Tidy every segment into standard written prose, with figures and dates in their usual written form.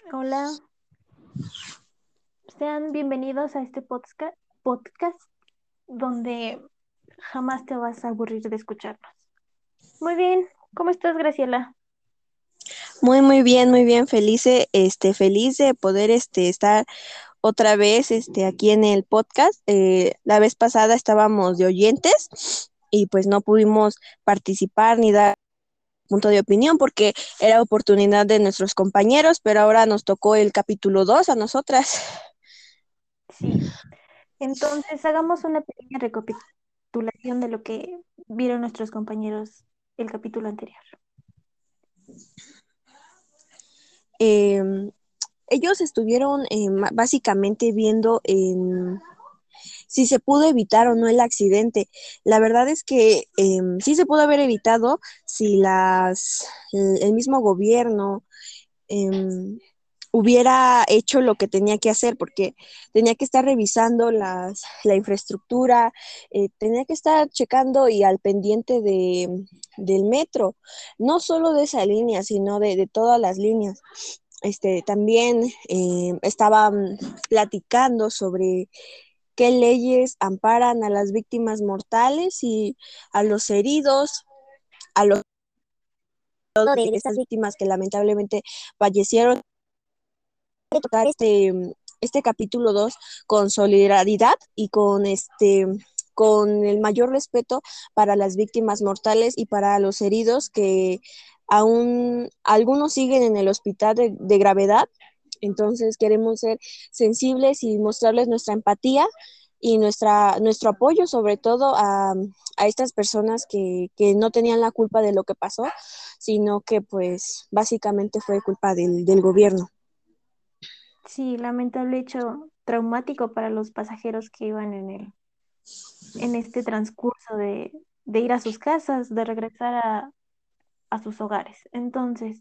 Hola, sean bienvenidos a este podcast donde jamás te vas a aburrir de escucharnos. Muy bien, ¿cómo estás, Graciela? Muy bien, feliz de poder estar otra vez aquí en el podcast. La vez pasada estábamos de oyentes y pues no pudimos participar ni dar punto de opinión porque era oportunidad de nuestros compañeros, pero ahora nos tocó el capítulo 2 a nosotras. Sí, entonces hagamos una pequeña recapitulación de lo que vieron nuestros compañeros el capítulo anterior. Em, Ellos estuvieron básicamente viendo en si se pudo evitar o no el accidente. La verdad es que sí se pudo haber evitado si el mismo gobierno em, hubiera hecho lo que tenía que hacer, porque tenía que estar revisando la infraestructura, tenía que estar checando y al pendiente del metro, no solo de esa línea, sino de todas las líneas. También estaban platicando sobre qué leyes amparan a las víctimas mortales y a los heridos, a los de estas víctimas que lamentablemente fallecieron. Tocar este capítulo 2 con solidaridad y con el mayor respeto para las víctimas mortales y para los heridos que aún algunos siguen en el hospital de gravedad. Entonces queremos ser sensibles y mostrarles nuestra empatía y nuestro apoyo sobre todo a estas personas que no tenían la culpa de lo que pasó, sino que pues básicamente fue culpa del gobierno. Sí, lamentable hecho traumático para los pasajeros que iban en este transcurso de ir a sus casas, de regresar a sus hogares. Entonces,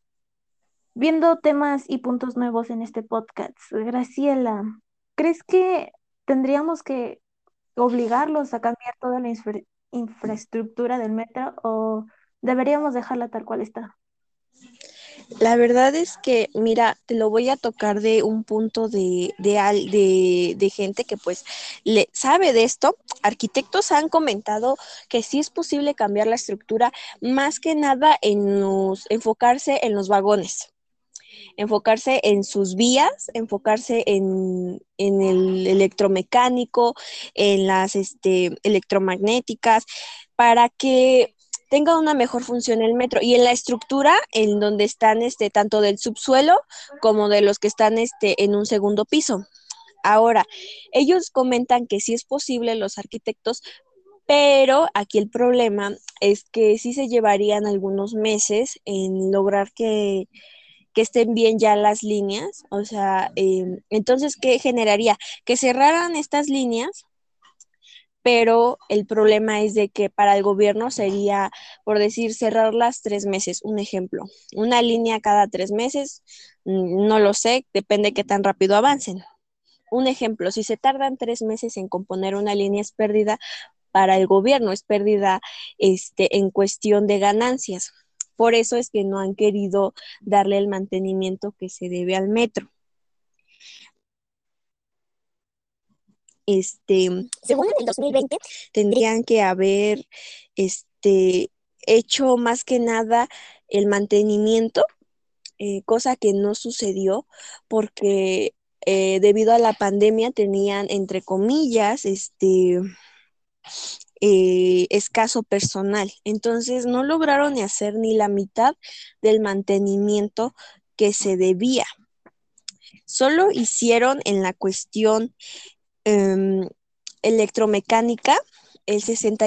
viendo temas y puntos nuevos en este podcast, Graciela, ¿crees que tendríamos que obligarlos a cambiar toda la infraestructura del metro o deberíamos dejarla tal cual está? La verdad es que, mira, te lo voy a tocar de un punto de gente que pues le sabe de esto. Arquitectos han comentado que sí es posible cambiar la estructura, más que nada enfocarse en los vagones, enfocarse en sus vías, enfocarse en el electromecánico, en las electromagnéticas, para que tenga una mejor función el metro y en la estructura en donde están tanto del subsuelo como de los que están en un segundo piso. Ahora, ellos comentan que sí es posible los arquitectos, pero aquí el problema es que sí se llevarían algunos meses en lograr que estén bien ya las líneas. O sea, entonces, ¿qué generaría? Que cerraran estas líneas, pero el problema es de que para el gobierno sería, por decir, cerrarlas 3 meses. Un ejemplo, una línea cada 3 meses, no lo sé, depende qué tan rápido avancen. Un ejemplo, si se tardan 3 meses en componer una línea es pérdida para el gobierno, es pérdida en cuestión de ganancias. Por eso es que no han querido darle el mantenimiento que se debe al metro. Según en el 2020, tendrían que haber hecho más que nada el mantenimiento, cosa que no sucedió porque debido a la pandemia tenían, entre comillas, escaso personal. Entonces no lograron ni hacer ni la mitad del mantenimiento que se debía. Solo hicieron en la cuestión em, electromecánica el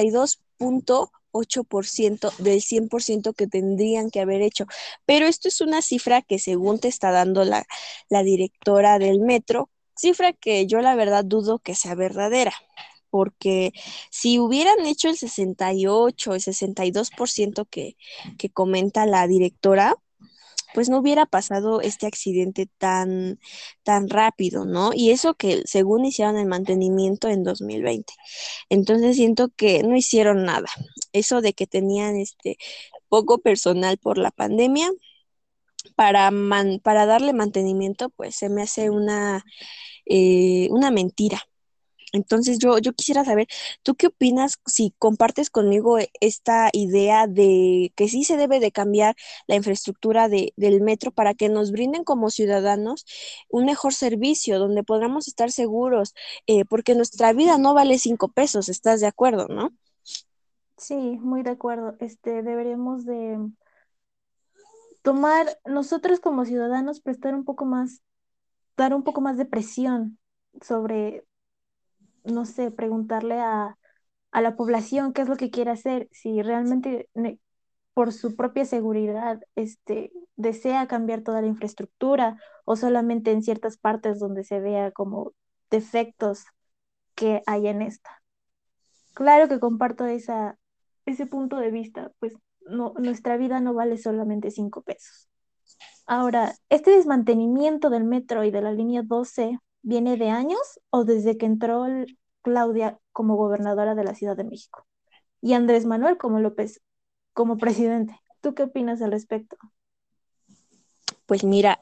62,8% del 100% que tendrían que haber hecho. Pero esto es una cifra que según te está dando la directora del metro, cifra que yo la verdad dudo que sea verdadera, porque si hubieran hecho el 68, el 62% que comenta la directora, pues no hubiera pasado este accidente tan rápido, ¿no? Y eso que según hicieron el mantenimiento en 2020. Entonces siento que no hicieron nada. Eso de que tenían poco personal por la pandemia, para darle mantenimiento, pues se me hace una mentira. Entonces yo quisiera saber, ¿tú qué opinas si compartes conmigo esta idea de que sí se debe de cambiar la infraestructura del metro para que nos brinden como ciudadanos un mejor servicio, donde podamos estar seguros, porque nuestra vida no vale 5 pesos, ¿estás de acuerdo, no? Sí, muy de acuerdo. Deberíamos de tomar, nosotros como ciudadanos, prestar un poco más, dar un poco más de presión sobre, no sé, preguntarle a la población qué es lo que quiere hacer, si realmente por su propia seguridad, desea cambiar toda la infraestructura o solamente en ciertas partes donde se vea como defectos que hay en esta. Claro que comparto ese punto de vista, pues no, nuestra vida no vale solamente 5 pesos. Ahora, ¿este desmantenimiento del metro y de la línea 12 viene de años o desde que entró Claudia como gobernadora de la Ciudad de México y Andrés Manuel como López como presidente? ¿Tú qué opinas al respecto? Pues mira,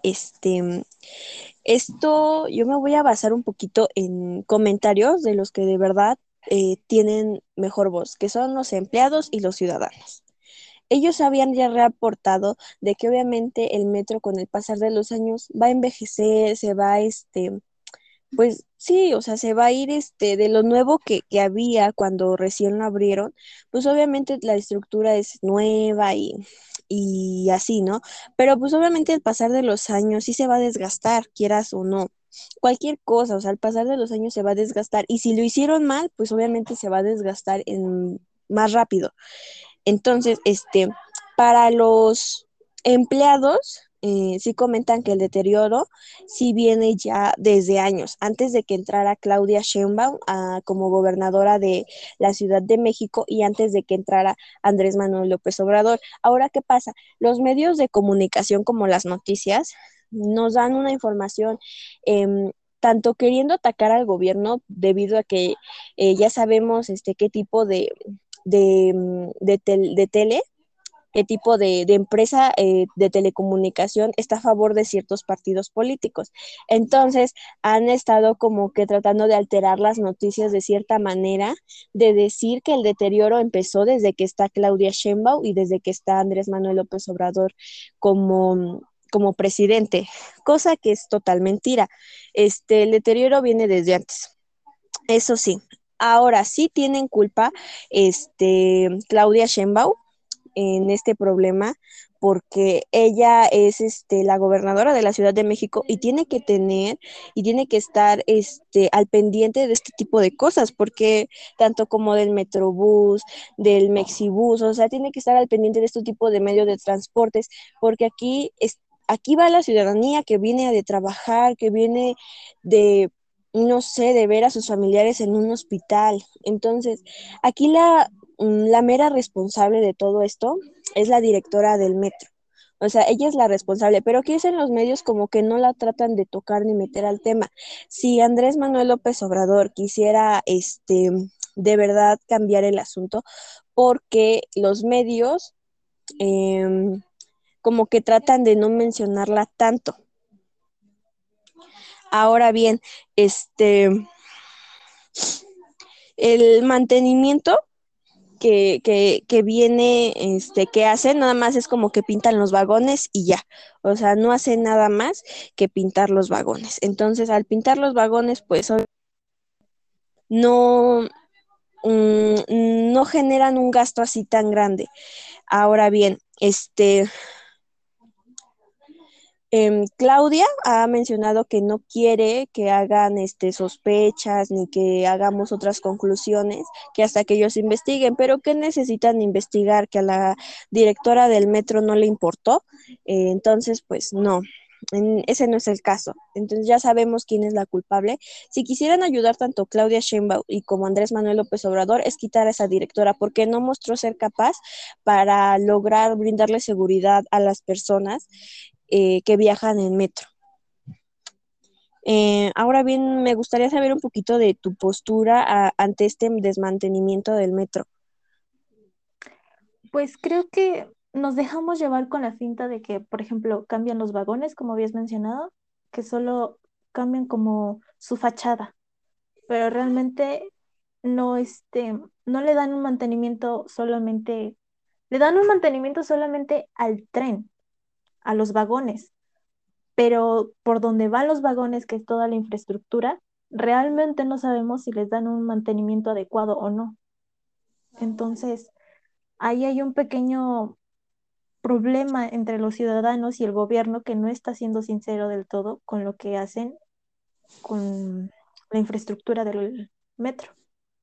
esto yo me voy a basar un poquito en comentarios de los que de verdad tienen mejor voz, que son los empleados y los ciudadanos. Ellos habían ya reportado de que obviamente el metro con el pasar de los años va a envejecer, se va, pues sí, o sea, se va a ir de lo nuevo que había cuando recién lo abrieron, pues obviamente la estructura es nueva y así, ¿no? Pero pues obviamente al pasar de los años sí se va a desgastar, quieras o no. Cualquier cosa, o sea, al pasar de los años se va a desgastar. Y si lo hicieron mal, pues obviamente se va a desgastar más rápido. Entonces, para los empleados, sí comentan que el deterioro sí viene ya desde años, antes de que entrara Claudia Sheinbaum como gobernadora de la Ciudad de México y antes de que entrara Andrés Manuel López Obrador. Ahora, ¿qué pasa? Los medios de comunicación como las noticias nos dan una información tanto queriendo atacar al gobierno debido a que ya sabemos qué tipo de tele, qué tipo de empresa de telecomunicación está a favor de ciertos partidos políticos. Entonces, han estado como que tratando de alterar las noticias de cierta manera, de decir que el deterioro empezó desde que está Claudia Sheinbaum y desde que está Andrés Manuel López Obrador como presidente, cosa que es total mentira. El deterioro viene desde antes. Eso sí, ahora sí tienen culpa Claudia Sheinbaum en este problema porque ella es la gobernadora de la Ciudad de México y tiene que tener y tiene que estar al pendiente de este tipo de cosas, porque tanto como del Metrobús, del Mexibús, o sea, tiene que estar al pendiente de este tipo de medios de transportes, porque aquí va la ciudadanía que viene de trabajar, que viene de no sé, de ver a sus familiares en un hospital. Entonces, aquí la mera responsable de todo esto es la directora del metro. O sea, ella es la responsable, pero aquí es en los medios como que no la tratan de tocar ni meter al tema. Si Andrés Manuel López Obrador quisiera, de verdad cambiar el asunto, porque los medios como que tratan de no mencionarla tanto. Ahora bien, el mantenimiento que viene, que hacen, nada más es como que pintan los vagones y ya. O sea, no hacen nada más que pintar los vagones. Entonces, al pintar los vagones, pues no, no generan un gasto así tan grande. Ahora bien, Claudia ha mencionado que no quiere que hagan sospechas ni que hagamos otras conclusiones, que hasta que ellos investiguen, pero que necesitan investigar, que a la directora del metro no le importó, entonces pues no. Ese no es el caso. Entonces ya sabemos quién es la culpable. Si quisieran ayudar tanto Claudia Sheinbaum y como Andrés Manuel López Obrador, es quitar a esa directora porque no mostró ser capaz para lograr brindarle seguridad a las personas que viajan en metro. Ahora bien, me gustaría saber un poquito de tu postura ante este desmantenimiento del metro. Pues creo que nos dejamos llevar con la finta de que, por ejemplo, cambian los vagones, como habías mencionado, que solo cambian como su fachada, pero realmente no, no le dan un mantenimiento solamente, le dan un mantenimiento solamente al tren, a los vagones, pero por donde van los vagones, que es toda la infraestructura, realmente no sabemos si les dan un mantenimiento adecuado o no. Entonces, ahí hay un pequeño problema entre los ciudadanos y el gobierno que no está siendo sincero del todo con lo que hacen con la infraestructura del metro.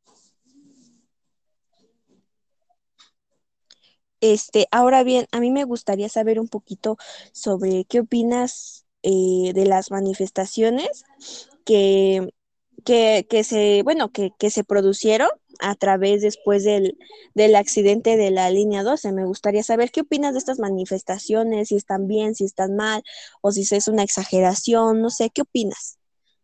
Ahora bien, a mí me gustaría saber un poquito sobre qué opinas de las manifestaciones que, que se producieron a través después del accidente de la línea 12. Me gustaría saber qué opinas de estas manifestaciones, si están bien, si están mal, o si es una exageración, no sé, ¿qué opinas?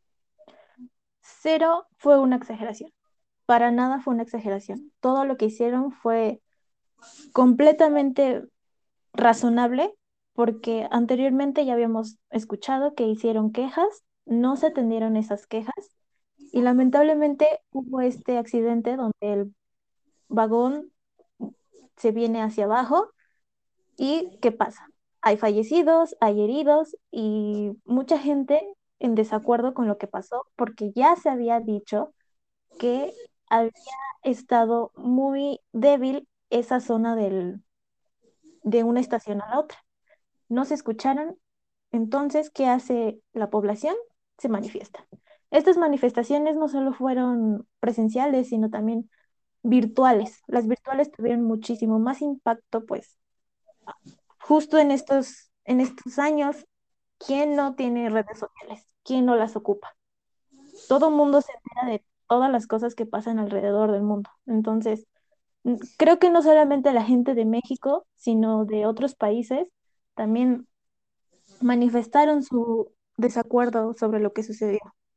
Cero fue una exageración. Para nada fue una exageración. Todo lo que hicieron fue completamente razonable porque anteriormente ya habíamos escuchado que hicieron quejas, no se atendieron esas quejas y lamentablemente hubo este accidente donde el vagón se viene hacia abajo y ¿qué pasa? Hay fallecidos, hay heridos y mucha gente en desacuerdo con lo que pasó porque ya se había dicho que había estado muy débil esa zona de una estación a la otra. No se escucharon, entonces, ¿qué hace la población? Se manifiesta. Estas manifestaciones no solo fueron presenciales, sino también virtuales. Las virtuales tuvieron muchísimo más impacto, pues justo en estos años, ¿quién no tiene redes sociales? ¿Quién no las ocupa? Todo el mundo se entera de todas las cosas que pasan alrededor del mundo. Entonces, creo que no solamente la gente de México, sino de otros países también manifestaron su desacuerdo sobre lo que sucedió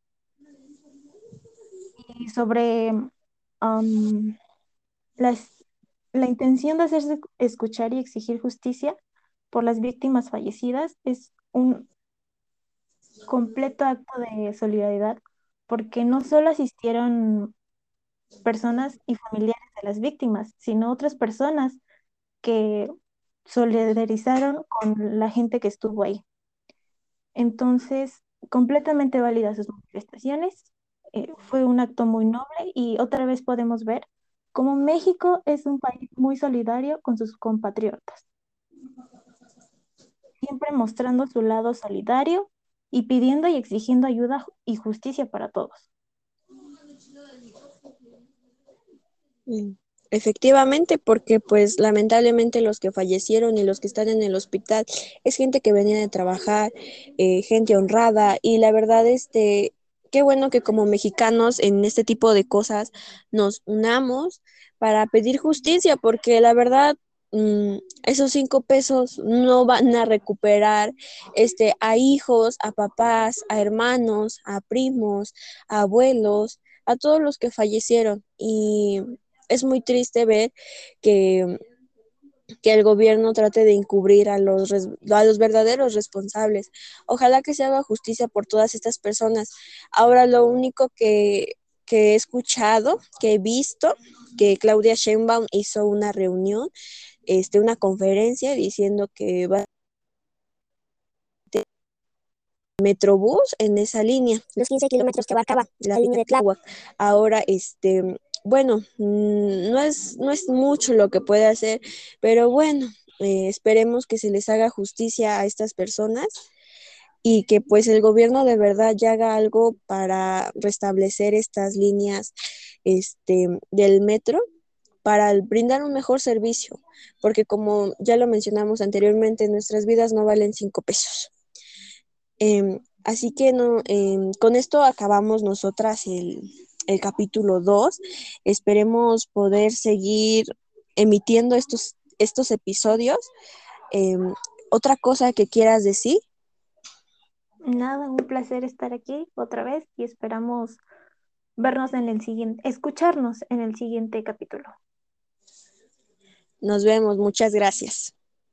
y sobre am, las- la intención de hacerse escuchar y exigir justicia por las víctimas fallecidas es un completo acto de solidaridad porque no solo asistieron personas y familiares de las víctimas, sino otras personas que solidarizaron con la gente que estuvo ahí. Entonces, completamente válidas sus manifestaciones. Fue un acto muy noble y otra vez podemos ver cómo México es un país muy solidario con sus compatriotas, siempre mostrando su lado solidario y pidiendo y exigiendo ayuda y justicia para todos. Mm, efectivamente, porque pues lamentablemente los que fallecieron y los que están en el hospital es gente que venía de trabajar, gente honrada y la verdad, qué bueno que como mexicanos en este tipo de cosas nos unamos para pedir justicia, porque la verdad, esos 5 pesos no van a recuperar, a hijos, a papás, a hermanos, a primos, a abuelos, a todos los que fallecieron y es muy triste ver que, que el gobierno trate de encubrir a los verdaderos responsables. Ojalá que se haga justicia por todas estas personas. Ahora lo único que he escuchado, que he visto, que Claudia Sheinbaum hizo una reunión, una conferencia diciendo que va a Metrobús en esa línea, los 15 kilómetros que abarcaba la línea de Tláhuac. Ahora, bueno, no es mucho lo que puede hacer, pero bueno, esperemos que se les haga justicia a estas personas y que pues el gobierno de verdad ya haga algo para restablecer estas líneas, del metro para brindar un mejor servicio, porque como ya lo mencionamos anteriormente, nuestras vidas no valen 5 pesos. Así que no, con esto acabamos nosotras el capítulo 2. Esperemos poder seguir emitiendo estos episodios. Em, Otra cosa que quieras decir, Nada, un placer estar aquí otra vez y esperamos vernos en el siguiente, escucharnos en el siguiente capítulo. nos vemos, muchas gracias.